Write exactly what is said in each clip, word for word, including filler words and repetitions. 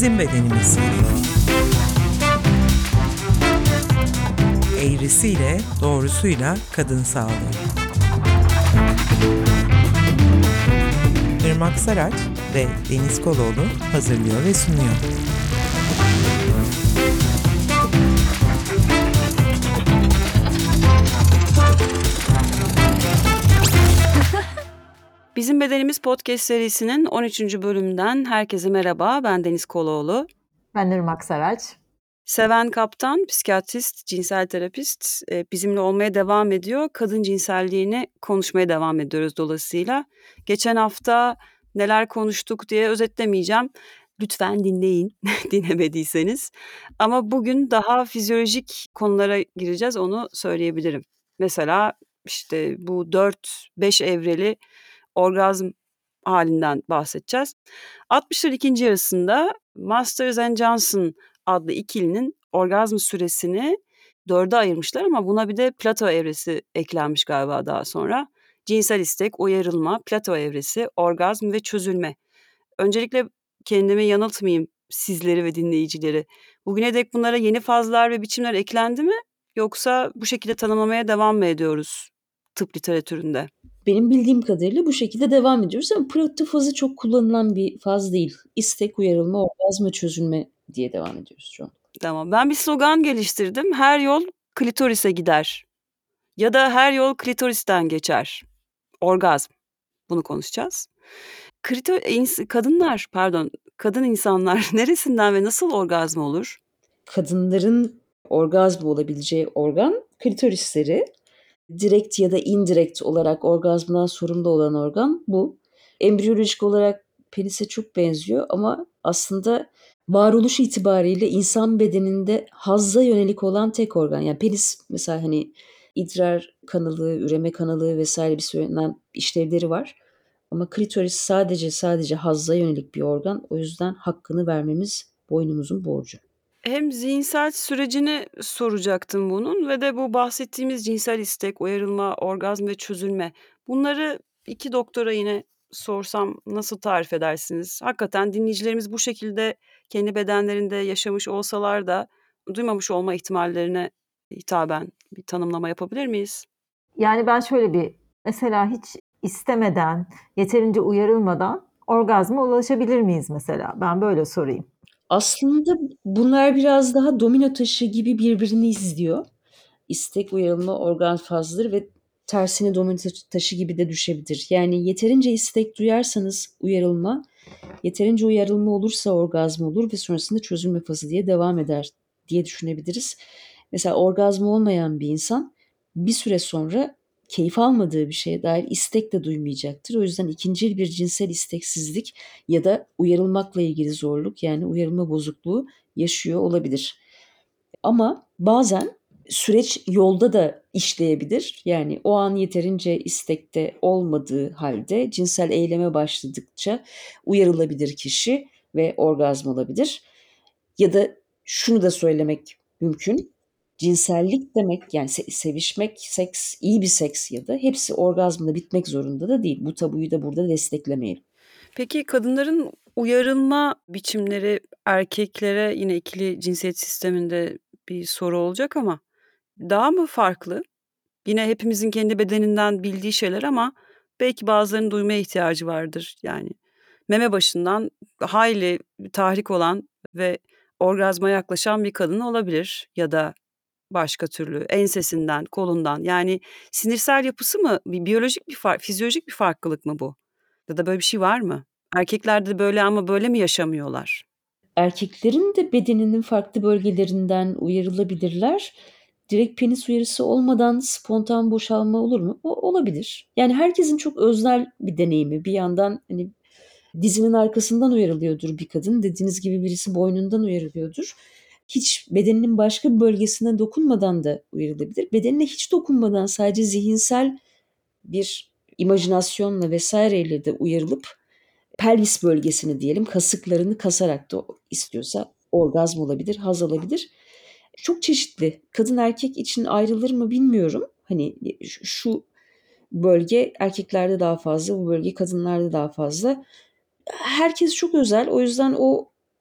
Bizim bedenimiz. Eğrisiyle, doğrusuyla kadın sağlığı. Irmak Saraç ve Deniz Koloğlu hazırlıyor ve sunuyor. Bizim Bedenimiz Podcast serisinin on üçüncü bölümünden herkese merhaba. Ben Deniz Koloğlu. Ben Irmak Saraç. Seven Kaptan, psikiyatrist, cinsel terapist bizimle olmaya devam ediyor. Kadın cinselliğini konuşmaya devam ediyoruz dolayısıyla. Geçen hafta neler konuştuk diye özetlemeyeceğim. Lütfen dinleyin dinlemediyseniz. Ama bugün daha fizyolojik konulara gireceğiz, onu söyleyebilirim. Mesela işte bu dört beş evreli orgazm halinden bahsedeceğiz. altmışların ikinci yarısında Masters and Johnson adlı ikilinin orgazm süresini dörde ayırmışlar ama buna bir de Plato evresi eklenmiş galiba daha sonra. Cinsel istek, uyarılma, Plato evresi, orgazm ve çözülme. Öncelikle kendimi yanıltmayayım sizleri ve dinleyicileri. Bugüne dek bunlara yeni fazlar ve biçimler eklendi mi? Yoksa bu şekilde tanımlamaya devam mı ediyoruz tıp literatüründe? Benim bildiğim kadarıyla bu şekilde devam ediyoruz ama Plato fazı çok kullanılan bir faz değil. İstek, uyarılma, orgazm ve çözülme diye devam ediyoruz şu an. Tamam. Ben bir slogan geliştirdim. Her yol klitoris'e gider. Ya da her yol klitoristen geçer. Orgazm. Bunu konuşacağız. Klito, kadınlar, pardon, kadın insanlar neresinden ve nasıl orgazm olur? Kadınların orgazm olabileceği organ klitorisleri. Direkt ya da indirekt olarak orgazmdan sorumlu olan organ bu. Embriyolojik olarak penise çok benziyor ama aslında varoluş itibariyle insan bedeninde hazza yönelik olan tek organ. Yani penis mesela hani idrar kanalı, üreme kanalı vesaire bir söylenen işlevleri var. Ama klitoris sadece sadece hazza yönelik bir organ. O yüzden hakkını vermemiz boynumuzun borcu. Hem zihinsel sürecini soracaktım bunun ve de bu bahsettiğimiz cinsel istek, uyarılma, orgazm ve çözülme. Bunları iki doktora yine sorsam nasıl tarif edersiniz? Hakikaten dinleyicilerimiz bu şekilde kendi bedenlerinde yaşamış olsalar da duymamış olma ihtimallerine hitaben bir tanımlama yapabilir miyiz? Yani ben şöyle bir, mesela hiç istemeden, yeterince uyarılmadan orgazma ulaşabilir miyiz mesela? Ben böyle sorayım. Aslında bunlar biraz daha domino taşı gibi birbirini izliyor. İstek, uyarılma, organ fazları ve tersine domino taşı gibi de düşebilir. Yani yeterince istek duyarsanız uyarılma, yeterince uyarılma olursa orgazm olur ve sonrasında çözülme fazı diye devam eder diye düşünebiliriz. Mesela orgazm olmayan bir insan bir süre sonra keyif almadığı bir şeye dair istek de duymayacaktır. O yüzden ikincil bir cinsel isteksizlik ya da uyarılmakla ilgili zorluk, yani uyarılma bozukluğu yaşıyor olabilir. Ama bazen süreç yolda da işleyebilir. Yani o an yeterince istekte olmadığı halde cinsel eyleme başladıkça uyarılabilir kişi ve orgazm olabilir. Ya da şunu da söylemek mümkün. Cinsellik demek, yani sevişmek, seks, iyi bir seks ya da hepsi orgazmla bitmek zorunda da değil. Bu tabuyu da burada desteklemeyelim. Peki kadınların uyarılma biçimleri erkeklere yine ikili cinsiyet sisteminde bir soru olacak ama daha mı farklı? Yine hepimizin kendi bedeninden bildiği şeyler ama belki bazılarının duymaya ihtiyacı vardır. Yani meme başından hayli tahrik olan ve orgazma yaklaşan bir kadın olabilir ya da başka türlü ensesinden, kolundan. Yani sinirsel yapısı mı, bir biyolojik bir fark, fizyolojik bir farklılık mı bu? Ya da böyle bir şey var mı? Erkeklerde de böyle ama böyle mi yaşamıyorlar? Erkeklerin de bedeninin farklı bölgelerinden uyarılabilirler. Direkt penis uyarısı olmadan spontan boşalma olur mu? O olabilir. Yani herkesin çok öznel bir deneyimi. Bir yandan hani dizinin arkasından uyarılıyordur bir kadın. Dediğiniz gibi birisi boynundan uyarılıyordur. Hiç bedeninin başka bir bölgesine dokunmadan da uyarılabilir. Bedenine hiç dokunmadan sadece zihinsel bir imajinasyonla vesaireyle de uyarılıp pelvis bölgesini diyelim, kasıklarını kasarak da istiyorsa orgazm olabilir, haz olabilir. Çok çeşitli. Kadın erkek için ayrılır mı bilmiyorum. Hani şu bölge erkeklerde daha fazla, bu bölge kadınlarda daha fazla. Herkes çok özel. O yüzden o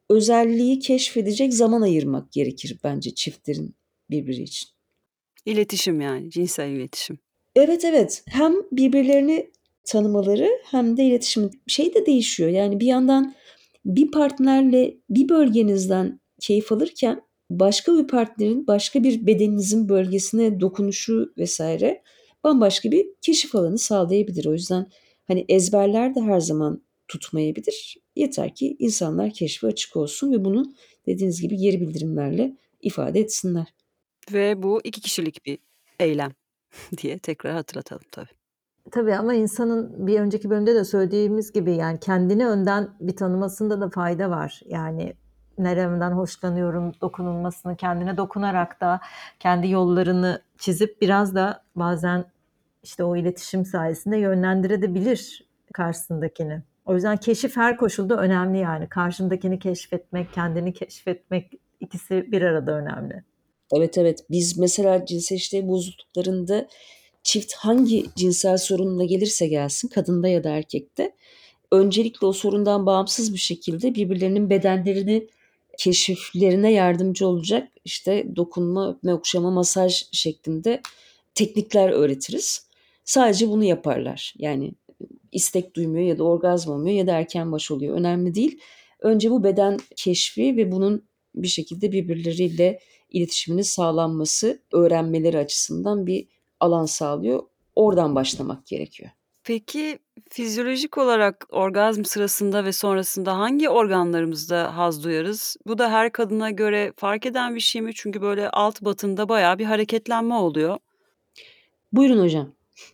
özelliği keşfedecek zaman ayırmak gerekir bence çiftlerin birbiri için. İletişim yani, cinsel iletişim. Evet, evet. Hem birbirlerini tanımaları hem de iletişim. Şey de değişiyor. Yani bir yandan bir partnerle bir bölgenizden keyif alırken başka bir partnerin başka bir bedeninizin bölgesine dokunuşu vesaire bambaşka bir keşif alanı sağlayabilir. O yüzden hani ezberler de her zaman tutmayabilir. Yeter ki insanlar keşfe açık olsun ve bunu dediğiniz gibi geri bildirimlerle ifade etsinler. Ve bu iki kişilik bir eylem diye tekrar hatırlatalım tabii. Tabii ama insanın bir önceki bölümde de söylediğimiz gibi yani kendini önden bir tanımasında da fayda var. Yani neremden hoşlanıyorum dokunulmasını kendine dokunarak da kendi yollarını çizip biraz da bazen işte o iletişim sayesinde yönlendirebilir karşısındakini. O yüzden keşif her koşulda önemli yani. Karşındakini keşfetmek, kendini keşfetmek ikisi bir arada önemli. Evet, evet. Biz mesela cinsel işlev bozukluklarında çift hangi cinsel sorunla gelirse gelsin, kadında ya da erkekte, öncelikle o sorundan bağımsız bir şekilde birbirlerinin bedenlerini keşiflerine yardımcı olacak işte dokunma, öpme, okşama, masaj şeklinde teknikler öğretiriz. Sadece bunu yaparlar. Yani istek duymuyor ya da orgazm olmuyor ya da erken baş oluyor. Önemli değil. Önce bu beden keşfi ve bunun bir şekilde birbirleriyle iletişiminin sağlanması, öğrenmeleri açısından bir alan sağlıyor. Oradan başlamak gerekiyor. Peki fizyolojik olarak orgazm sırasında ve sonrasında hangi organlarımızda haz duyarız? Bu da her kadına göre fark eden bir şey mi? Çünkü böyle alt batında bayağı bir hareketlenme oluyor. Buyurun hocam.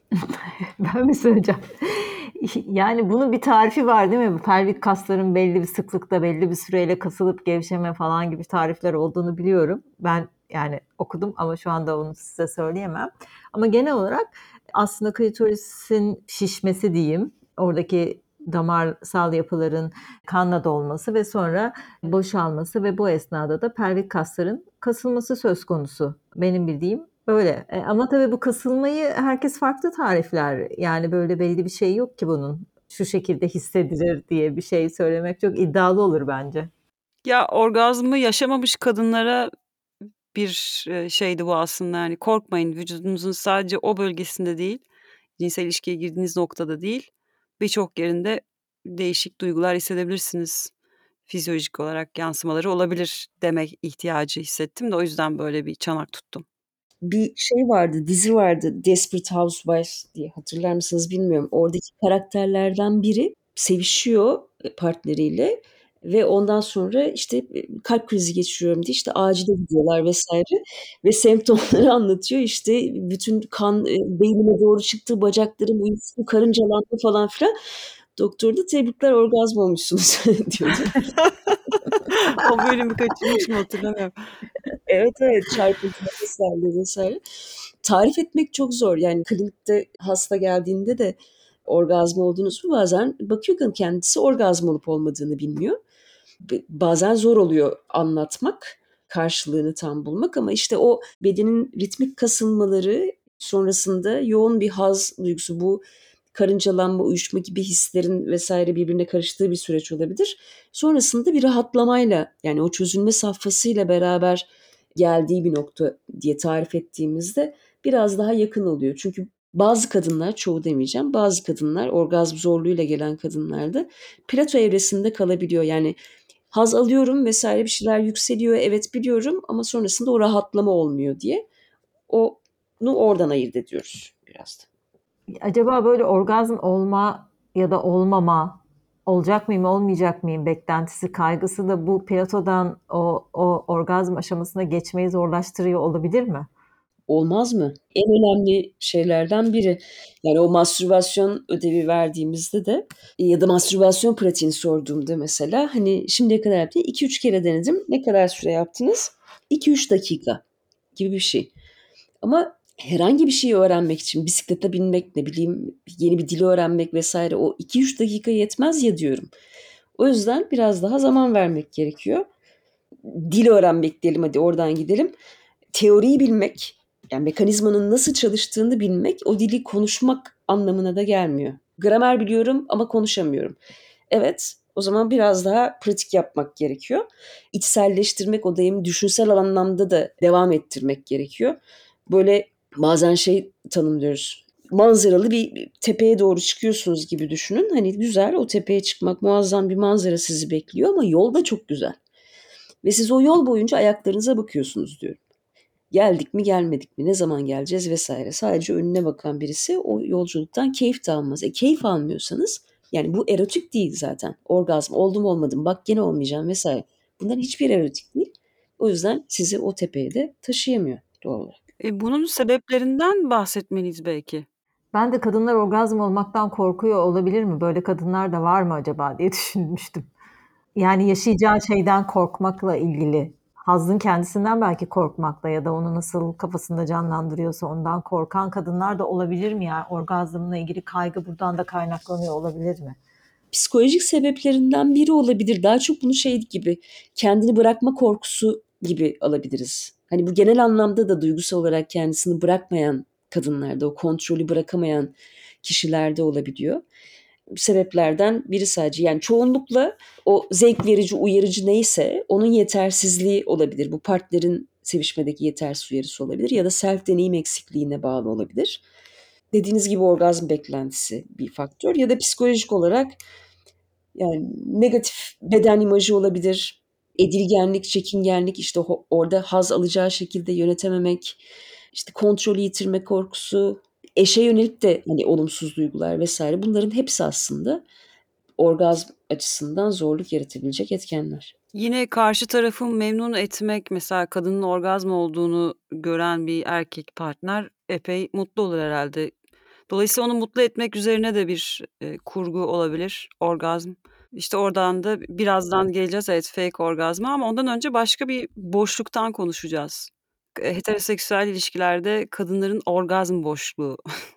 Ben mi söyleyeceğim? Yani bunun bir tarifi var değil mi? Bu pelvik kasların belli bir sıklıkta belli bir süreyle kasılıp gevşeme falan gibi tarifler olduğunu biliyorum. Ben yani okudum ama şu anda onu size söyleyemem. Ama genel olarak aslında klitorisin şişmesi diyeyim. Oradaki damarsal yapıların kanla dolması ve sonra boşalması ve bu esnada da pelvik kasların kasılması söz konusu. Benim bildiğim öyle. E, ama tabii bu kasılmayı herkes farklı tarifler. Yani böyle belli bir şey yok ki bunun. Şu şekilde hissedilir diye bir şey söylemek çok iddialı olur bence. Ya orgazmı yaşamamış kadınlara bir e, şeydi bu aslında yani korkmayın vücudunuzun sadece o bölgesinde değil, cinsel ilişkiye girdiğiniz noktada değil, birçok yerinde değişik duygular hissedebilirsiniz. Fizyolojik olarak yansımaları olabilir demek ihtiyacı hissettim de o yüzden böyle bir çanak tuttum. Bir şey vardı, dizi vardı, Desperate Housewives diye, hatırlar mısınız bilmiyorum. Oradaki karakterlerden biri sevişiyor partneriyle ve ondan sonra işte kalp krizi geçiriyorum diye işte acile gidiyorlar vesaire ve semptomları anlatıyor. İşte bütün kan e, beynime doğru çıktı, bacaklarım uyuştu, karıncalandı falan filan. Doktor da tebrikler orgazm olmuşsunuz diyordu. O bölümü kaçırmışım hatırlamıyorum. Evet, evet, çarpıntı, nefes darlığı vesaire. Tarif etmek çok zor. Yani klinikte hasta geldiğinde de orgazm oldunuz mu bazen bakıyor ki kendisi orgazm olup olmadığını bilmiyor. B- Bazen zor oluyor anlatmak, karşılığını tam bulmak ama işte o bedenin ritmik kasılmaları sonrasında yoğun bir haz duygusu, bu karıncalanma, uyuşma gibi hislerin vesaire birbirine karıştığı bir süreç olabilir. Sonrasında bir rahatlamayla yani o çözülme safhasıyla beraber geldiği bir nokta diye tarif ettiğimizde biraz daha yakın oluyor. Çünkü bazı kadınlar, çoğu demeyeceğim, bazı kadınlar orgazm zorluğuyla gelen kadınlarda plato evresinde kalabiliyor. Yani haz alıyorum vesaire bir şeyler yükseliyor, evet biliyorum ama sonrasında o rahatlama olmuyor diye onu oradan ayırt ediyoruz biraz da. Acaba böyle orgazm olma ya da olmama, olacak mıyım, olmayacak mıyım beklentisi, kaygısı da bu platodan o, o orgazm aşamasına geçmeyi zorlaştırıyor olabilir mi? Olmaz mı? En önemli şeylerden biri. Yani o mastürbasyon ödevi verdiğimizde de ya da mastürbasyon pratiğini sorduğumda mesela hani şimdiye kadar yaptım iki üç kere denedim. Ne kadar süre yaptınız? iki üç dakika gibi bir şey. Ama herhangi bir şeyi öğrenmek için bisiklete binmek, ne bileyim yeni bir dili öğrenmek vesaire o iki üç dakika yetmez ya diyorum. O yüzden biraz daha zaman vermek gerekiyor. Dil öğrenmek diyelim, hadi oradan gidelim. Teoriyi bilmek, yani mekanizmanın nasıl çalıştığını bilmek o dili konuşmak anlamına da gelmiyor. Gramer biliyorum ama konuşamıyorum. Evet, O zaman biraz daha pratik yapmak gerekiyor. İçselleştirmek, o deyimi düşünsel anlamda da devam ettirmek gerekiyor. Böyle bazen şey tanımlıyoruz. Manzaralı bir tepeye doğru çıkıyorsunuz gibi düşünün. Hani güzel, o tepeye çıkmak, muazzam bir manzara sizi bekliyor ama yol da çok güzel. Ve siz o yol boyunca ayaklarınıza bakıyorsunuz diyorum. Geldik mi gelmedik mi, ne zaman geleceğiz vesaire. Sadece önüne bakan birisi o yolculuktan keyif de almaz. E keyif almıyorsanız, yani bu erotik değil zaten. Orgazm oldum olmadım, bak gene olmayacağım vesaire. Bunların hiçbir erotik değil. O yüzden sizi o tepeye de taşıyamıyor doğal olarak. E, bunun sebeplerinden bahsetmeliyiz belki. Ben de kadınlar orgazm olmaktan korkuyor olabilir mi? Böyle kadınlar da var mı acaba diye düşünmüştüm. Yani yaşayacağı şeyden korkmakla ilgili. Hazzın kendisinden belki korkmakla ya da onu nasıl kafasında canlandırıyorsa ondan korkan kadınlar da olabilir mi? Yani orgazmla ilgili kaygı buradan da kaynaklanıyor olabilir mi? Psikolojik sebeplerinden biri olabilir. Daha çok bunu şey gibi, kendini bırakma korkusu gibi alabiliriz. Hani bu genel anlamda da duygusal olarak kendisini bırakmayan kadınlarda, o kontrolü bırakamayan kişilerde olabiliyor. Sebeplerden biri sadece, yani çoğunlukla o zevk verici, uyarıcı neyse onun yetersizliği olabilir. Bu partnerin sevişmedeki yetersiz uyarısı olabilir ya da self deneyim eksikliğine bağlı olabilir. Dediğiniz gibi orgazm beklentisi bir faktör ya da psikolojik olarak yani negatif beden imajı olabilir, edilgenlik, çekingenlik, işte ho- orada haz alacağı şekilde yönetememek, işte kontrolü yitirme korkusu, eşe yönelik de hani olumsuz duygular vesaire, bunların hepsi aslında orgazm açısından zorluk yaratabilecek etkenler. Yine karşı tarafı memnun etmek, mesela kadının orgazm olduğunu gören bir erkek partner epey mutlu olur herhalde. Dolayısıyla onu mutlu etmek üzerine de bir e, kurgu olabilir orgazm. İşte oradan da birazdan geleceğiz, evet, fake orgazma, ama ondan önce başka bir boşluktan konuşacağız. E, Heteroseksüel ilişkilerde kadınların orgazm boşluğu.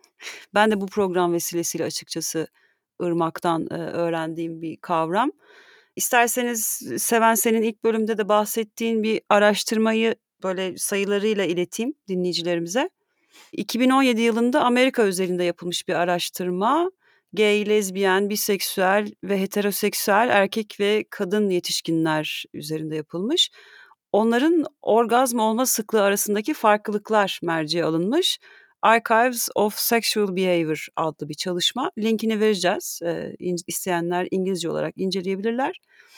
Ben de bu program vesilesiyle açıkçası Irmak'tan e, öğrendiğim bir kavram. İsterseniz Seven, senin ilk bölümde de bahsettiğin bir araştırmayı böyle sayılarıyla ileteyim dinleyicilerimize. iki bin on yedi yılında Amerika özelinde yapılmış bir araştırma. Gay, lezbiyen, biseksüel ve heteroseksüel erkek ve kadın yetişkinler üzerinde yapılmış. Onların orgazm olma sıklığı arasındaki farklılıklar merceğe alınmış. Archives of Sexual Behavior adlı bir çalışma. Linkini vereceğiz. Ee, isteyenler İngilizce olarak inceleyebilirler.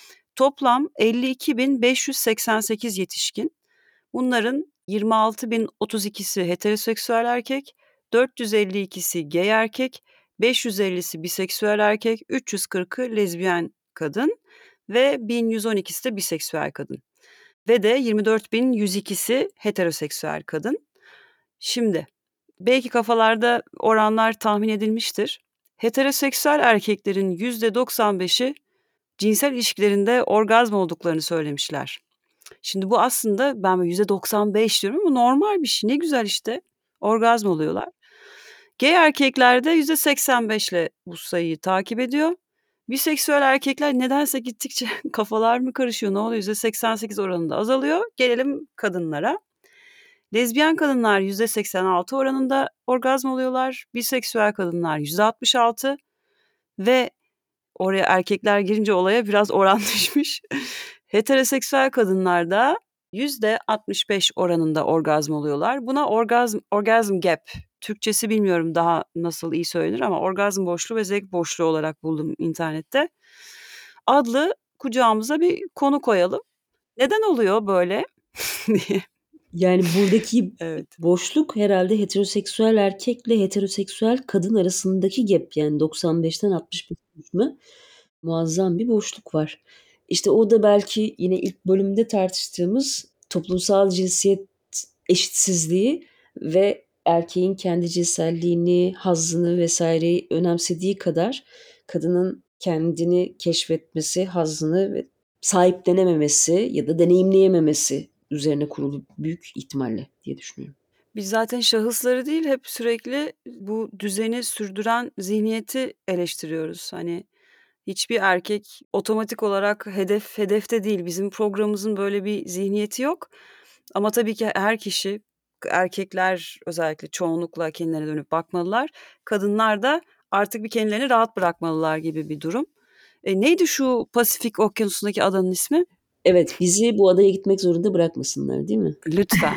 Toplam elli iki bin beş yüz seksen sekiz yetişkin. Bunların yirmi altı bin otuz ikisi heteroseksüel erkek, dört yüz elli ikisi gay erkek, beş yüz ellisi biseksüel erkek, üç yüz kırkı lezbiyen kadın ve bin yüz on ikisi de biseksüel kadın. Ve de yirmi dört bin yüz ikisi heteroseksüel kadın. Şimdi belki kafalarda oranlar tahmin edilmiştir. Heteroseksüel erkeklerin yüzde doksan beşi cinsel ilişkilerinde orgazm olduklarını söylemişler. Şimdi bu aslında, ben böyle yüzde doksan beş diyorum ama normal bir şey. Ne güzel işte. Orgazm oluyorlar. Gay erkekler de yüzde seksen beşle bu sayıyı takip ediyor. Biseksüel erkekler nedense gittikçe kafalar mı karışıyor, ne oluyor, yüzde seksen sekiz oranında azalıyor. Gelelim kadınlara. Lezbiyen kadınlar yüzde seksen altı oranında orgazm oluyorlar. Biseksüel kadınlar yüzde altmış altı ve oraya erkekler girince olaya biraz oran düşmüş. Heteroseksüel kadınlarda yüzde altmış beş oranında orgazm oluyorlar. Buna orgazm, orgasm gap, Türkçesi bilmiyorum daha nasıl iyi söylenir ama orgazm boşluğu ve zevk boşluğu olarak buldum internette. Adlı kucağımıza bir konu koyalım. Neden oluyor böyle diye. Yani buradaki Evet. boşluk herhalde heteroseksüel erkekle heteroseksüel kadın arasındaki gap, yani doksan beşten altmış beşe düşme, muazzam bir boşluk var. İşte o da belki yine ilk bölümde tartıştığımız toplumsal cinsiyet eşitsizliği ve erkeğin kendi cinselliğini, hazzını vesaireyi önemsediği kadar kadının kendini keşfetmesi, hazzını ve sahiplenememesi ya da deneyimleyememesi üzerine kurulu büyük ihtimalle diye düşünüyorum. Biz zaten şahısları değil, hep sürekli bu düzeni sürdüren zihniyeti eleştiriyoruz. Hani hiçbir erkek otomatik olarak hedef hedefte değil. Bizim programımızın böyle bir zihniyeti yok. Ama tabii ki her kişi, erkekler özellikle çoğunlukla kendilerine dönüp bakmalılar. Kadınlar da artık bir kendilerini rahat bırakmalılar gibi bir durum. E, neydi şu Pasifik Okyanusu'ndaki adanın ismi? Evet, bizi bu adaya gitmek zorunda bırakmasınlar, değil mi? Lütfen.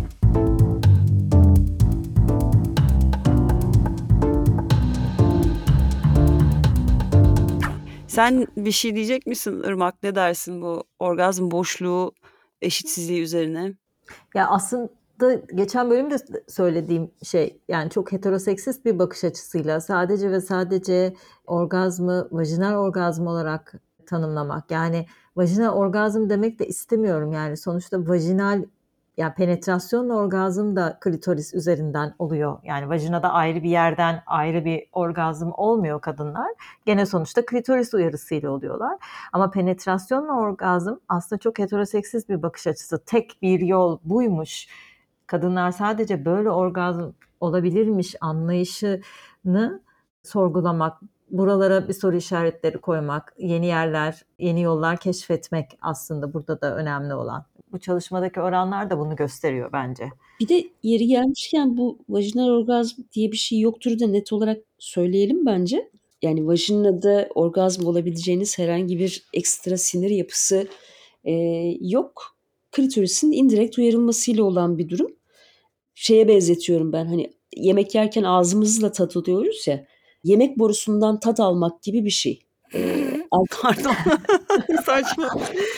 Sen bir şey diyecek misin Irmak? Ne dersin bu orgazm boşluğu, eşitsizliği üzerine? Ya aslında geçen bölümde söylediğim şey, yani çok heteroseksist bir bakış açısıyla sadece ve sadece orgazmı vajinal orgazm olarak tanımlamak. Yani vajinal orgazm demek de istemiyorum. Yani sonuçta vajinal, yani penetrasyonla orgazm da klitoris üzerinden oluyor. Yani vajinada ayrı bir yerden ayrı bir orgazm olmuyor kadınlar. Gene sonuçta klitoris uyarısıyla oluyorlar. Ama penetrasyonla orgazm aslında çok heteroseksist bir bakış açısı. Tek bir yol buymuş. Kadınlar sadece böyle orgazm olabilirmiş anlayışını sorgulamak, buralara bir soru işaretleri koymak, yeni yerler, yeni yollar keşfetmek aslında burada da önemli olan. Bu çalışmadaki oranlar da bunu gösteriyor bence. Bir de yeri gelmişken bu vajinal orgazm diye bir şey yoktur da net olarak söyleyelim bence. Yani vajinada orgazm olabileceğiniz herhangi bir ekstra sinir yapısı e, yok. Klitorisin indirekt uyarılmasıyla olan bir durum. Şeye benzetiyorum ben, hani yemek yerken ağzımızla tat alıyoruz ya, yemek borusundan tat almak gibi bir şey. E, Pardon. Saçma.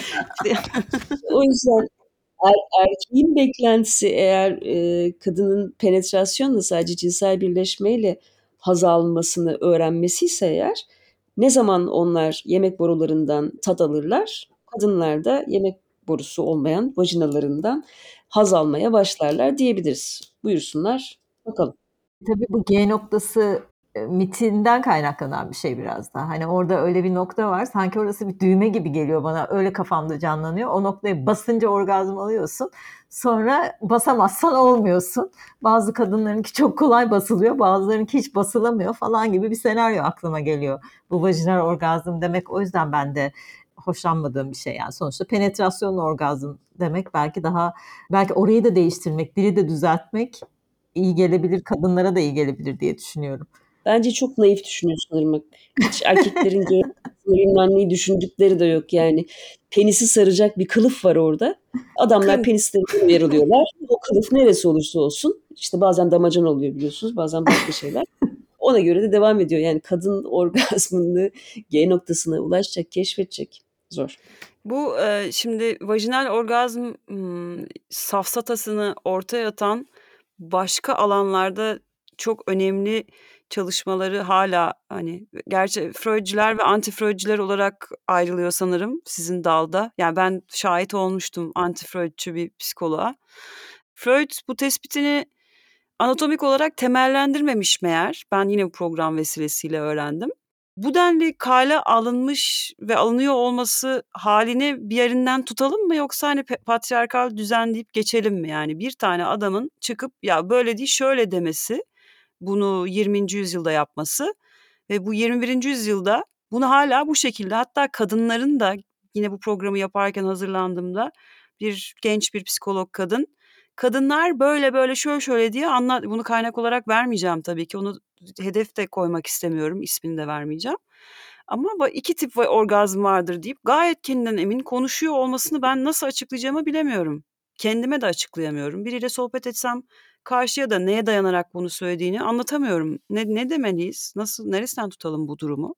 o yüzden er, erkeğin beklentisi eğer e, kadının penetrasyonla sadece cinsel birleşmeyle haz almasını öğrenmesiyse eğer, ne zaman onlar yemek borularından tat alırlar, kadınlar da yemek borusu olmayan vajinalarından haz almaya başlarlar diyebiliriz. Buyursunlar bakalım. Tabii bu G noktası e, mitinden kaynaklanan bir şey biraz da. Hani orada öyle bir nokta var. Sanki orası bir düğme gibi geliyor bana. Öyle kafamda canlanıyor. O noktaya basınca orgazm alıyorsun. Sonra basamazsan olmuyorsun. Bazı kadınlarınki çok kolay basılıyor. Bazılarınki hiç basılamıyor falan gibi bir senaryo aklıma geliyor. Bu vajinal orgazm demek, o yüzden ben de hoşlanmadığım bir şey. Yani sonuçta penetrasyonlu orgazm demek belki daha, belki orayı da değiştirmek, dili de düzeltmek iyi gelebilir, kadınlara da iyi gelebilir diye düşünüyorum. Bence çok naif düşünüyorsun Irmak. Hiç erkeklerin bilmem neyi düşündükleri de yok yani. Penisi saracak bir kılıf var orada. Adamlar Kın. penislerinden uyarılıyorlar. O kılıf neresi olursa olsun, işte bazen damacana oluyor biliyorsunuz, bazen başka şeyler. Ona göre de devam ediyor. Yani kadın orgazmını G noktasına ulaşacak, keşfedecek. Zor. Bu e, şimdi vajinal orgazm hmm, safsatasını ortaya atan başka alanlarda çok önemli çalışmaları hala, hani gerçi Freudcular ve anti-Freudcular olarak ayrılıyor sanırım sizin dalda. Yani ben şahit olmuştum anti-Freudcu bir psikoloğa. Freud bu tespitini anatomik olarak temellendirmemiş meğer. Ben yine bu program vesilesiyle öğrendim. Bu denli kale alınmış ve alınıyor olması halini bir yerinden tutalım mı, yoksa hani pe- patriarkal düzen deyip geçelim mi? Yani bir tane adamın çıkıp ya böyle değil şöyle demesi, bunu yirminci yüzyılda yapması ve bu yirmi birinci yüzyılda bunu hala bu şekilde, hatta kadınların da, yine bu programı yaparken hazırlandığımda bir genç bir psikolog kadın, kadınlar böyle böyle şöyle şöyle diye anlat, bunu kaynak olarak vermeyeceğim tabii ki, onu hedef de koymak istemiyorum, ismini de vermeyeceğim. Ama bu iki tip va- orgazm vardır deyip gayet kendinden emin konuşuyor olmasını ben nasıl açıklayacağımı bilemiyorum. Kendime de açıklayamıyorum. Biriyle sohbet etsem karşıya da neye dayanarak bunu söylediğini anlatamıyorum. Ne, ne demeliyiz? Nasıl, neresinden tutalım bu durumu?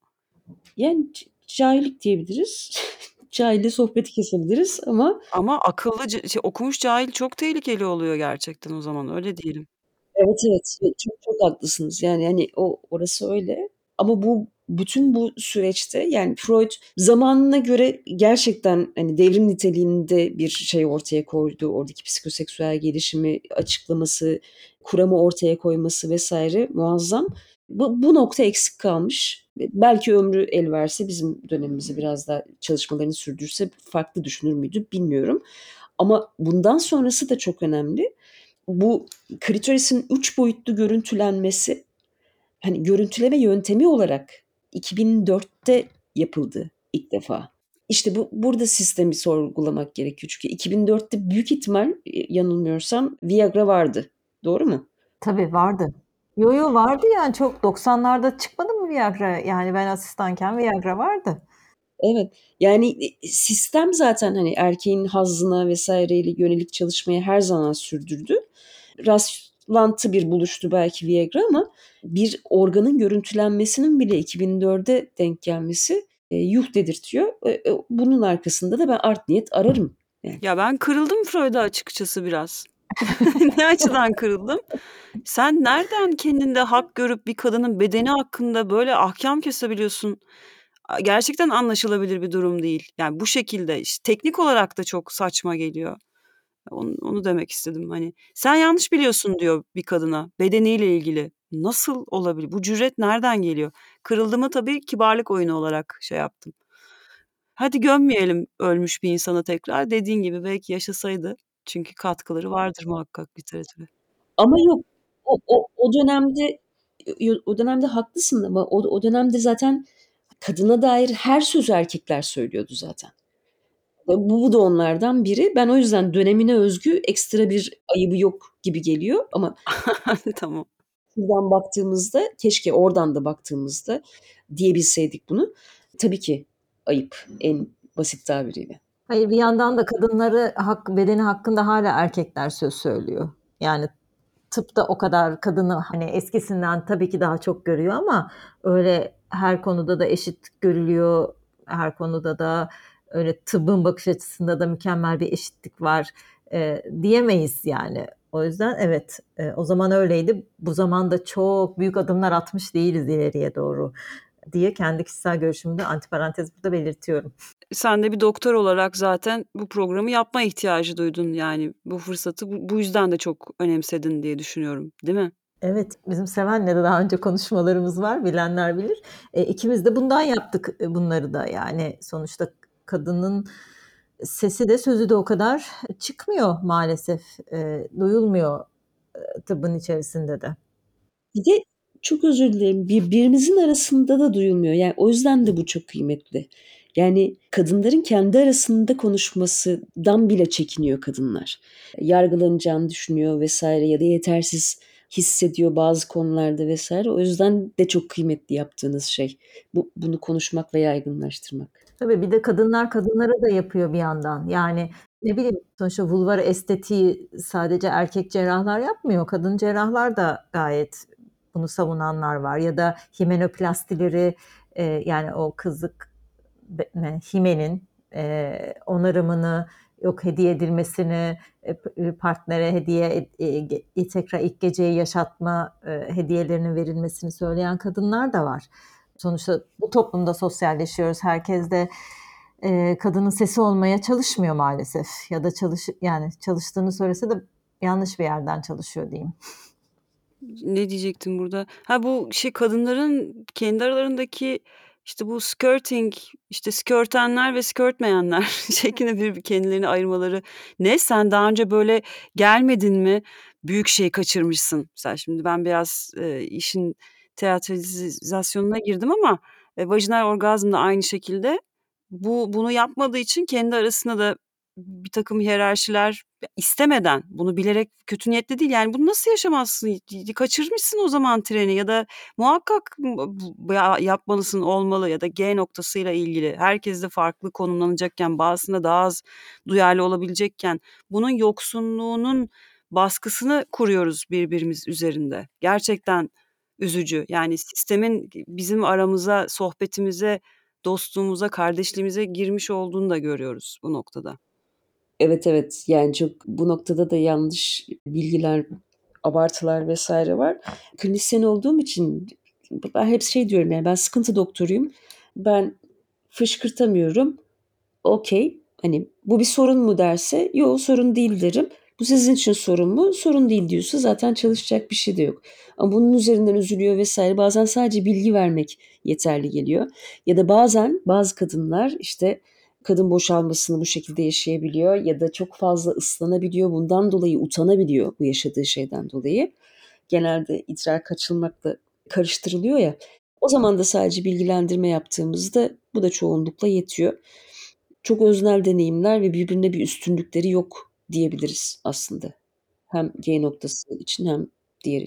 Yani c- cahillik diyebiliriz. Cahille sohbeti kesebiliriz ama Ama akıllı, c- şey, okumuş cahil çok tehlikeli oluyor gerçekten, o zaman öyle diyelim. evet, evet. Çok çok haklısınız. Yani hani o orası öyle. Ama bu bütün bu süreçte, yani Freud zamanına göre gerçekten hani devrim niteliğinde bir şey ortaya koydu. Oradaki psikoseksüel gelişimi açıklaması, kuramı ortaya koyması vesaire muazzam. Bu, bu nokta eksik kalmış. Belki ömrü el verse, bizim dönemimizi biraz daha çalışmalarını sürdürse farklı düşünür müydü bilmiyorum. Ama bundan sonrası da çok önemli. Bu klitorisin üç boyutlu görüntülenmesi, hani görüntüleme yöntemi olarak iki bin dörtte yapıldı ilk defa. İşte bu burada sistemi sorgulamak gerekiyor. Çünkü iki bin dörtte büyük ihtimal, e, yanılmıyorsam, Viagra vardı. Doğru mu? Tabii vardı. Yo yo vardı, yani çok doksanlarda çıkmadı mı Viagra? Yani ben asistanken Viagra vardı. Evet. Yani, eee, sistem zaten, hani, erkeğin hazzına vesaireyle yönelik çalışmayı her zaman sürdürdü. Rastlantı bir buluştu belki Viagra ama bir organın görüntülenmesinin bile iki bin dörde denk gelmesi, eee, yuh dedirtiyor. Eee, eee, bunun arkasında da ben art niyet ararım yani. Ya, ben kırıldım Freud'a açıkçası biraz. Ne açıdan kırıldım? Sen nereden kendinde hak görüp bir kadının bedeni hakkında böyle ahkam kesebiliyorsun? A gerçekten anlaşılabilir bir durum değil. Yani bu şekilde, iş teknik olarak da çok saçma geliyor. Onu onu demek istedim, hani. "Sen yanlış biliyorsun." diyor bir kadına bedeniyle ilgili. Nasıl olabilir? Bu cüret nereden geliyor? Kırıldığımı tabii kibarlık oyunu olarak şey yaptım. Hadi gömmeyelim ölmüş bir insana tekrar. Dediğin gibi belki yaşasaydı çünkü katkıları vardır muhakkak literatüre. Ama yok, o o o dönemde yo o dönemde haklısın ama o o dönemde zaten kadına dair her sözü erkekler söylüyordu zaten. Ve bu bu da onlardan biri. Ben o yüzden dönemine özgü ekstra bir ayıbı yok gibi geliyor ama Tamam. şuradan baktığımızda, keşke oradan da baktığımızda diyebilseydik bunu. Tabii ki ayıp en basit tabiriyle. Hayır, bir yandan da kadınları hak bedeni hakkında hâlâ erkekler söz söylüyor. Yani tıpta o kadar kadını, hani, eskisinden tabii ki daha çok görüyor ama öyle her konuda da eşit görülüyor, her konuda da öyle tıbbın bakış açısında da mükemmel bir eşitlik var, eee, diyemeyiz yani. O yüzden evet, eee, o zaman öyleydi. Bu zamanda çok büyük adımlar atmış değiliz ileriye doğru diye kendi kişisel görüşümü de antiparantez burada belirtiyorum. Sen de bir doktor olarak zaten bu programı yapma ihtiyacı duydun. Yani bu fırsatı bu bu yüzden de çok önemsedin diye düşünüyorum, değil mi? Evet, bizim Seven'le de daha önce konuşmalarımız var, bilenler bilir. Eee, ikimiz de bundan yaptık, eee, bunları da. Yani sonuçta kadının sesi de sözü de o kadar çıkmıyor maalesef, eee, duyulmuyor, eee, tıbbın içerisinde de. Bir de çok özür dilerim, birbirimizin arasında da duyulmuyor. Yani o yüzden de bu çok kıymetli. Yani kadınların kendi arasında konuşmasından bile çekiniyor kadınlar. Yargılanacağını düşünüyor vesaire ya da yetersiz hissediyor bazı konularda vesaire. O yüzden de çok kıymetli yaptığınız şey. Bu bunu konuşmak ve yaygınlaştırmak. Tabii bir de kadınlar kadınlara da yapıyor bir yandan. Yani ne bileyim sonuçta vulvar estetiği sadece erkek cerrahlar yapmıyor. Kadın cerrahlar da gayet bunu savunanlar var ya da himenoplastileri, eee, yani o kızlık be ne himenin, eee, onarımını, yok hediye edilmesini, eee, p partnere hediye et eee, ge tekrar ilk geceyi yaşatma, eee, hediyelerinin verilmesini söyleyen kadınlar da var. Sonuçta bu toplumda sosyalleşiyoruz. Herkes de, eee, kadının sesi olmaya çalışmıyor maalesef ya da çalış yani çalıştığını söylese de yanlış bir yerden çalışıyor diyeyim. Ne diyecektim burada? Ha, bu şey kadınların kendi aralarındaki, işte, bu skirting, işte, skirtenler ve skirtmeyenler şeklinde bir kendilerini ayırmaları ne? Sen daha önce böyle gelmedin mi? Büyük şey kaçırmışsın. Mesela şimdi ben biraz, eee, işin teatralizasyonuna girdim ama, eee, vajinal orgazm da aynı şekilde. Bu bunu yapmadığı için kendi arasında da birtakım hiyerarşiler istemeden, bunu bilerek kötü niyetle değil, yani, bunu nasıl yaşamazsın? Y kaçırmışsın o zaman treni ya da muhakkak b bu ya yapmalısın, olmalı ya da G noktasıyla ilgili herkes de farklı konumlanacakken, bazısında daha az duyarlı olabilecekken bunun yoksunluğunun baskısını kuruyoruz birbirimiz üzerinde. Gerçekten üzücü. Yani, sistemin bizim aramıza, sohbetimize, dostluğumuza, kardeşliğimize girmiş olduğunu da görüyoruz bu noktada. Evet, evet. Yani çok bu noktada da yanlış bilgiler, abartılar vesaire var. Klinisyen olduğum için ben hep şey diyorum, yani ben sıkıntı doktoruyum. Ben fışkırtamıyorum. Okay. Hani bu bir sorun mu derse, yo sorun değil derim. Bu sizin için sorun mu? Sorun değil diyorsa zaten çalışacak bir şey de yok. Ama bunun üzerinden üzülüyor vesaire. Bazen sadece bilgi vermek yeterli geliyor. Ya da bazen bazı kadınlar işte kadın boşalmasını bu şekilde yaşayabiliyor ya da çok fazla ıslanabiliyor. Bundan dolayı utanabiliyor bu yaşadığı şeyden dolayı. Genelde idrar kaçırmakla karıştırılıyor ya. O zaman da sadece bilgilendirme yaptığımızda bu da çoğunlukla yetiyor. Çok öznel deneyimler ve birbirine bir üstünlükleri yok diyebiliriz aslında. Hem G noktası için hem diğer için.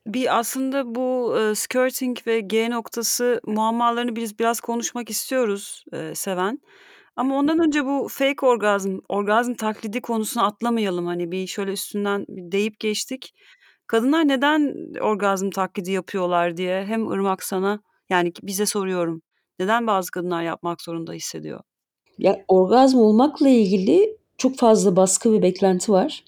Bir aslında bu, eee, skirting ve G noktası muammalarını biz biraz konuşmak istiyoruz, eee, Seven. Ama ondan önce bu fake orgazm, orgazm taklidi konusuna atlamayalım. Hani, bir şöyle üstünden bir deyip geçtik. Kadınlar neden orgazm taklidi yapıyorlar diye hem Irmak sana, yani bize soruyorum. Neden bazı kadınlar yapmak zorunda hissediyor? Ya, orgazm olmakla ilgili çok fazla baskı ve beklenti var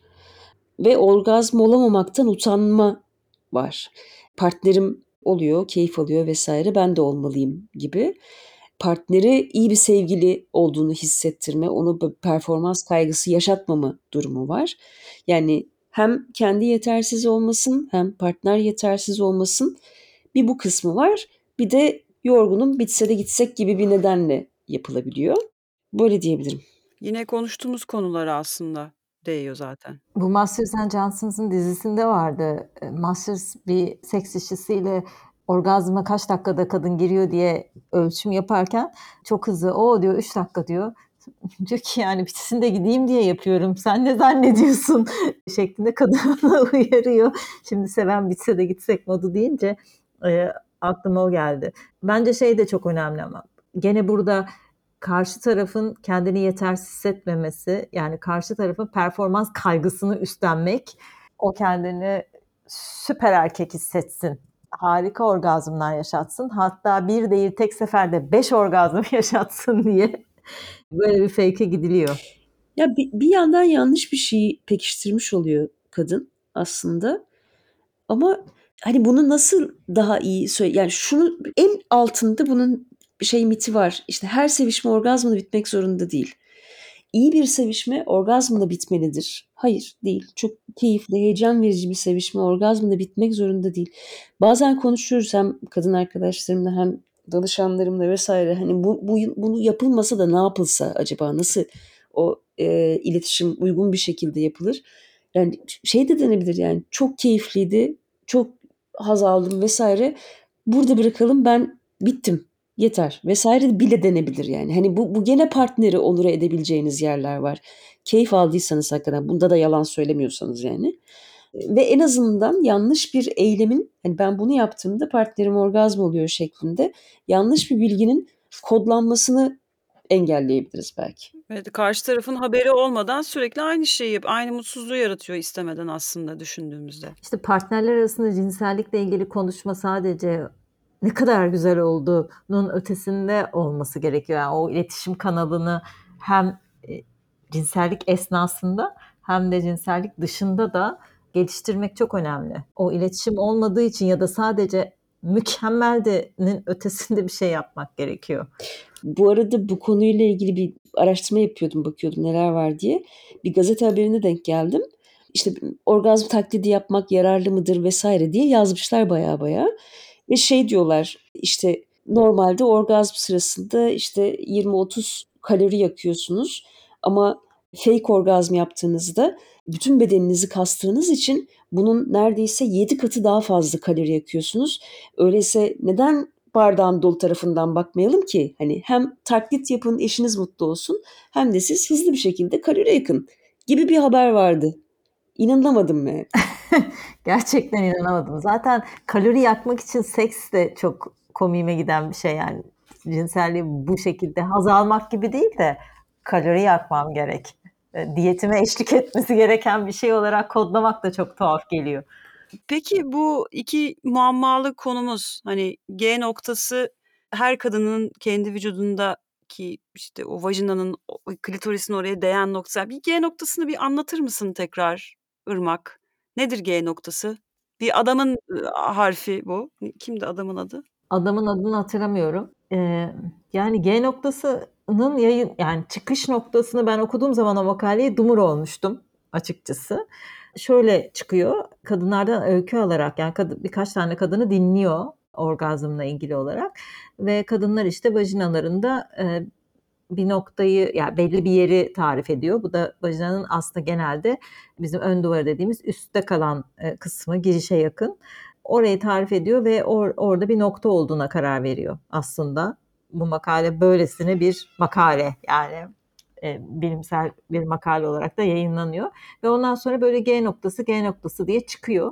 ve orgazm olamamaktan utanma var. Partnerim oluyor, keyif alıyor vesaire, ben de olmalıyım gibi. Partnere iyi bir sevgili olduğunu hissettirme, ona b performans kaygısı yaşatmama durumu var. Yani hem kendi yetersiz olmasın hem partner yetersiz olmasın. Bir bu kısmı var. Bir de yorgunum, bitse de gitsek gibi bir nedenle yapılabiliyor. Böyle diyebilirim. Yine konuştuğumuz konulara aslında değiyor zaten. Bu Masters and Johnson's'ın dizisinde vardı. Eee, Masters bir seks işçisiyle orgazma kaç dakikada kadın giriyor diye ölçüm yaparken çok hızlı, "O," diyor, "üç dakika." diyor. Diyor ki, "Yani bitsin de gideyim diye yapıyorum. Sen ne zannediyorsun?" şeklinde kadını uyarıyor. Şimdi Seven bitse de gitsek modu deyince, eee, aklıma o geldi. Bence şey de çok önemli ama gene burada karşı tarafın kendini yetersiz hissetmemesi, yani karşı tarafın performans kaygısını üstlenmek, o kendini süper erkek hissetsin, harika orgazmlar yaşatsın, hatta bir değil tek seferde beş orgazm yaşatsın diye böyle bir fake'e gidiliyor. Ya, bi bir yandan yanlış bir şeyi pekiştirmiş oluyor kadın aslında ama, hani, bunu nasıl daha iyi söy yani şunu en altında bunun şey miti var, işte, her sevişme orgazmla bitmek zorunda değil. İyi bir sevişme orgazmla bitmelidir. Hayır, değil. Çok keyifli, heyecan verici bir sevişme orgazmla bitmek zorunda değil. Bazen konuşuyoruz hem kadın arkadaşlarımla hem danışanlarımla vesaire. Hani bu, bu bunu yapılmasa da ne yapılsa acaba? Nasıl o e, iletişim uygun bir şekilde yapılır? Yani şey de denebilir yani çok keyifliydi, çok haz aldım vesaire. Burada bırakalım ben bittim. Yeter vesaire bile denebilir yani. Hani bu, bu gene partneri onur edebileceğiniz yerler var. Keyif aldıysanız hakikaten bunda da yalan söylemiyorsanız yani. Ve en azından yanlış bir eylemin hani ben bunu yaptığımda partnerim orgazm oluyor şeklinde yanlış bir bilginin kodlanmasını engelleyebiliriz belki. Evet, karşı tarafın haberi olmadan sürekli aynı şeyi yap aynı mutsuzluğu yaratıyor istemeden aslında düşündüğümüzde. İşte partnerler arasında cinsellikle ilgili konuşma sadece ne kadar güzel olduğunun ötesinde olması gerekiyor. Yani o iletişim kanalını hem e, cinsellik esnasında hem de cinsellik dışında da geliştirmek çok önemli. O iletişim olmadığı için ya da sadece mükemmelde'nin ötesinde bir şey yapmak gerekiyor. Bu arada bu konuyla ilgili bir araştırma yapıyordum, bakıyordum neler var diye. Bir gazete haberine denk geldim. İşte orgazm taklidi yapmak yararlı mıdır vesaire diye yazmışlar baya baya. Ve şey diyorlar işte normalde orgazm sırasında işte yirmi otuz kalori yakıyorsunuz. Ama fake orgazm yaptığınızda bütün bedeninizi kastığınız için bunun neredeyse yedi katı daha fazla kalori yakıyorsunuz. Öyleyse neden bardağın dolu tarafından bakmayalım ki? Hani hem taklit yapın, eşiniz mutlu olsun hem de siz hızlı bir şekilde kalori yakın gibi bir haber vardı. İnanamadım mı? Gerçekten inanamadım. Zaten kalori yakmak için seks de çok komiğime giden bir şey yani. Cinselliği bu şekilde haz almak gibi değil de kalori yakmam gerek. E, Diyetime eşlik etmesi gereken bir şey olarak kodlamak da çok tuhaf geliyor. Peki bu iki muammalı konumuz hani G noktası her kadının kendi vücudundaki işte o vajinanın o klitorisin oraya değen noktası. Bir G noktasını bir anlatır mısın tekrar Irmak? Nedir G noktası? Bir adamın ıı, harfi bu. Kimdi adamın adı? Adamın adını hatırlamıyorum. Eee, yani G noktasının yayın yani çıkış noktasını ben okuduğum zaman o makaleyi dumur olmuştum açıkçası. Şöyle çıkıyor, kadınlardan öykü alarak yani kad birkaç tane kadını dinliyor orgazmla ilgili olarak ve kadınlar işte vajinalarında, eee, bir noktayı yani belli bir yeri tarif ediyor. Bu da vajinanın aslında genelde bizim ön duvarı dediğimiz üstte kalan, eee, kısmı, girişe yakın. Orayı tarif ediyor ve or orada bir nokta olduğuna karar veriyor aslında. Bu makale böylesine bir makale yani e, bilimsel bir makale olarak da yayınlanıyor ve ondan sonra böyle G noktası G noktası diye çıkıyor.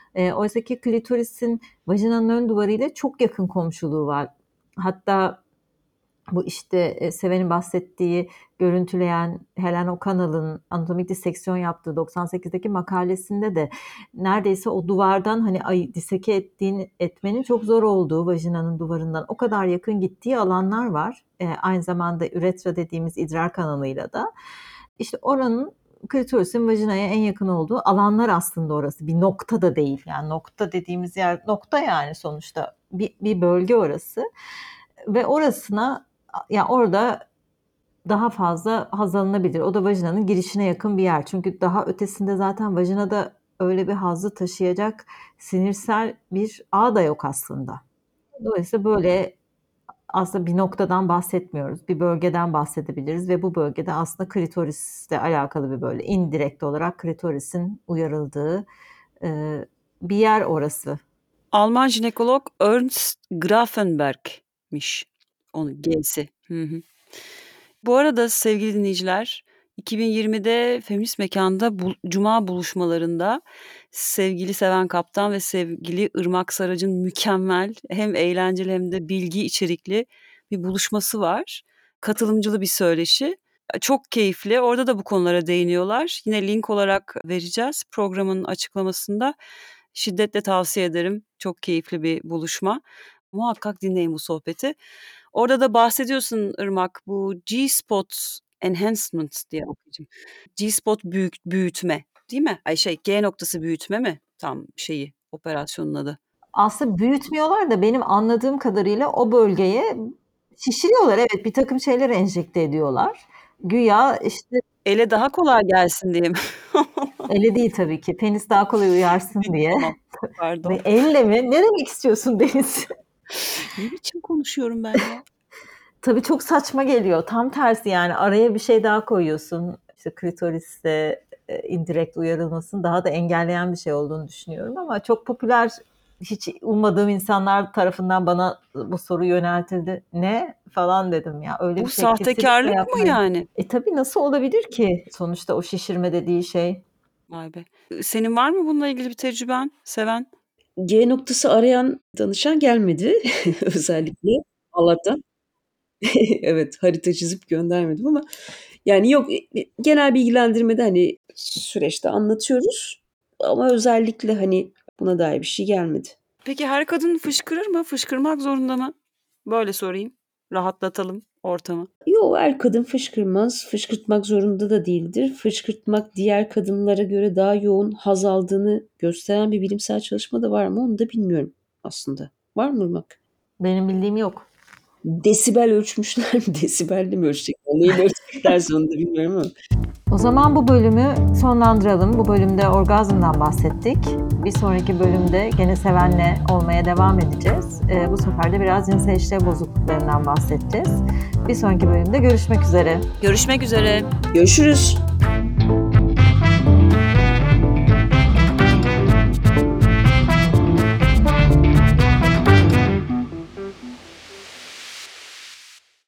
E, oysa ki klitorisin vajinanın ön duvarıyla çok yakın komşuluğu var. Hatta bu işte e, Seven'in bahsettiği, görüntüleyen Helen O'Connell'ın anatomik diseksiyon yaptığı doksan sekizdeki makalesinde de neredeyse o duvardan hani ay, diseke ettiğin, etmenin çok zor olduğu, vajinanın duvarından o kadar yakın gittiği alanlar var. E, aynı zamanda üretra dediğimiz idrar kanalıyla da. İşte oranın klitorisin vajinaya en yakın olduğu alanlar aslında orası. Bir nokta da değil. Yani nokta dediğimiz yer nokta yani sonuçta bir, bir bölge orası. Ve orasına yani orada daha fazla haz alınabilir. O da vajinanın girişine yakın bir yer. Çünkü daha ötesinde zaten vajinada öyle bir hazzı taşıyacak sinirsel bir ağ da yok aslında. Dolayısıyla böyle aslında bir noktadan bahsetmiyoruz. Bir bölgeden bahsedebiliriz ve bu bölgede aslında klitorisle alakalı bir böyle indirekt olarak klitorisin uyarıldığı e, bir yer orası. Alman jinekolog Ernst Grafenberg'miş. Onun G'si. Hı hı. Bu arada sevgili dinleyiciler, iki bin yirmide Feminist Mekan'da bu, Cuma buluşmalarında sevgili Seven Kaptan ve sevgili Irmak Sarac'ın mükemmel, hem eğlenceli hem de bilgi içerikli bir buluşması var. Katılımcılı bir söyleşi. Çok keyifli. Orada da bu konulara değiniyorlar. Yine link olarak vereceğiz programın açıklamasında. Şiddetle tavsiye ederim. Çok keyifli bir buluşma. Muhakkak dinleyin bu sohbeti. Orada da bahsediyorsun Irmak, bu G-spot enhancement diye okuyacağım. G-spot büyük, büyütme değil mi? Ay şey G noktası büyütme mi? Tam şeyi operasyonun adı. Aslında büyütmüyorlar da benim anladığım kadarıyla o bölgeye şişiriyorlar. Evet, bir takım şeyler enjekte ediyorlar. Güya işte ele daha kolay gelsin diye mi? Ele değil tabii ki. Penis daha kolay uyarsın diye. Tamam. Pardon. Ve elle mi? Ne demek istiyorsun Deniz? Ne biçim konuşuyorum ben ya? Tabii çok saçma geliyor. Tam tersi yani araya bir şey daha koyuyorsun. İşte klitorisle e, indirekt uyarılmasını daha da engelleyen bir şey olduğunu düşünüyorum ama çok popüler, hiç ummadığım insanlar tarafından bana bu soru yöneltildi. Ne falan dedim ya. Öyle Bu bir şey kesinlikle sahtekarlık mı yapmayın. yani? E tabii nasıl olabilir ki? Sonuçta o şişirme dediği şey. Vay be. Senin var mı bununla ilgili bir tecrüben Seven? G noktası arayan danışan gelmedi özellikle Allah'tan. Evet, harita çizip göndermedim ama yani yok, genel bilgilendirmede hani süreçte anlatıyoruz ama özellikle hani buna dair bir şey gelmedi. Peki her kadın fışkırır mı? Fışkırmak zorunda mı? Böyle sorayım. Rahatlatalım ortamı. Yok, her kadın fışkırmaz. Fışkırtmak zorunda da değildir. Fışkırtmak diğer kadınlara göre daha yoğun haz aldığını gösteren bir bilimsel çalışma da var mı onu da bilmiyorum aslında. Var mı Irmak? Benim bildiğim yok. Desibel ölçmüşler mi? Desibelle mi ölçecekler? Neyle ölçeceklerse onu da bilmiyorum ama. O zaman bu bölümü sonlandıralım. Bu bölümde orgazmdan bahsettik. Bir sonraki bölümde gene Seven'le olmaya devam edeceğiz. Ee, bu sefer de biraz cinsel işlev bozukluklarından bahsedeceğiz. Bir sonraki bölümde görüşmek üzere. Görüşmek üzere. Görüşürüz.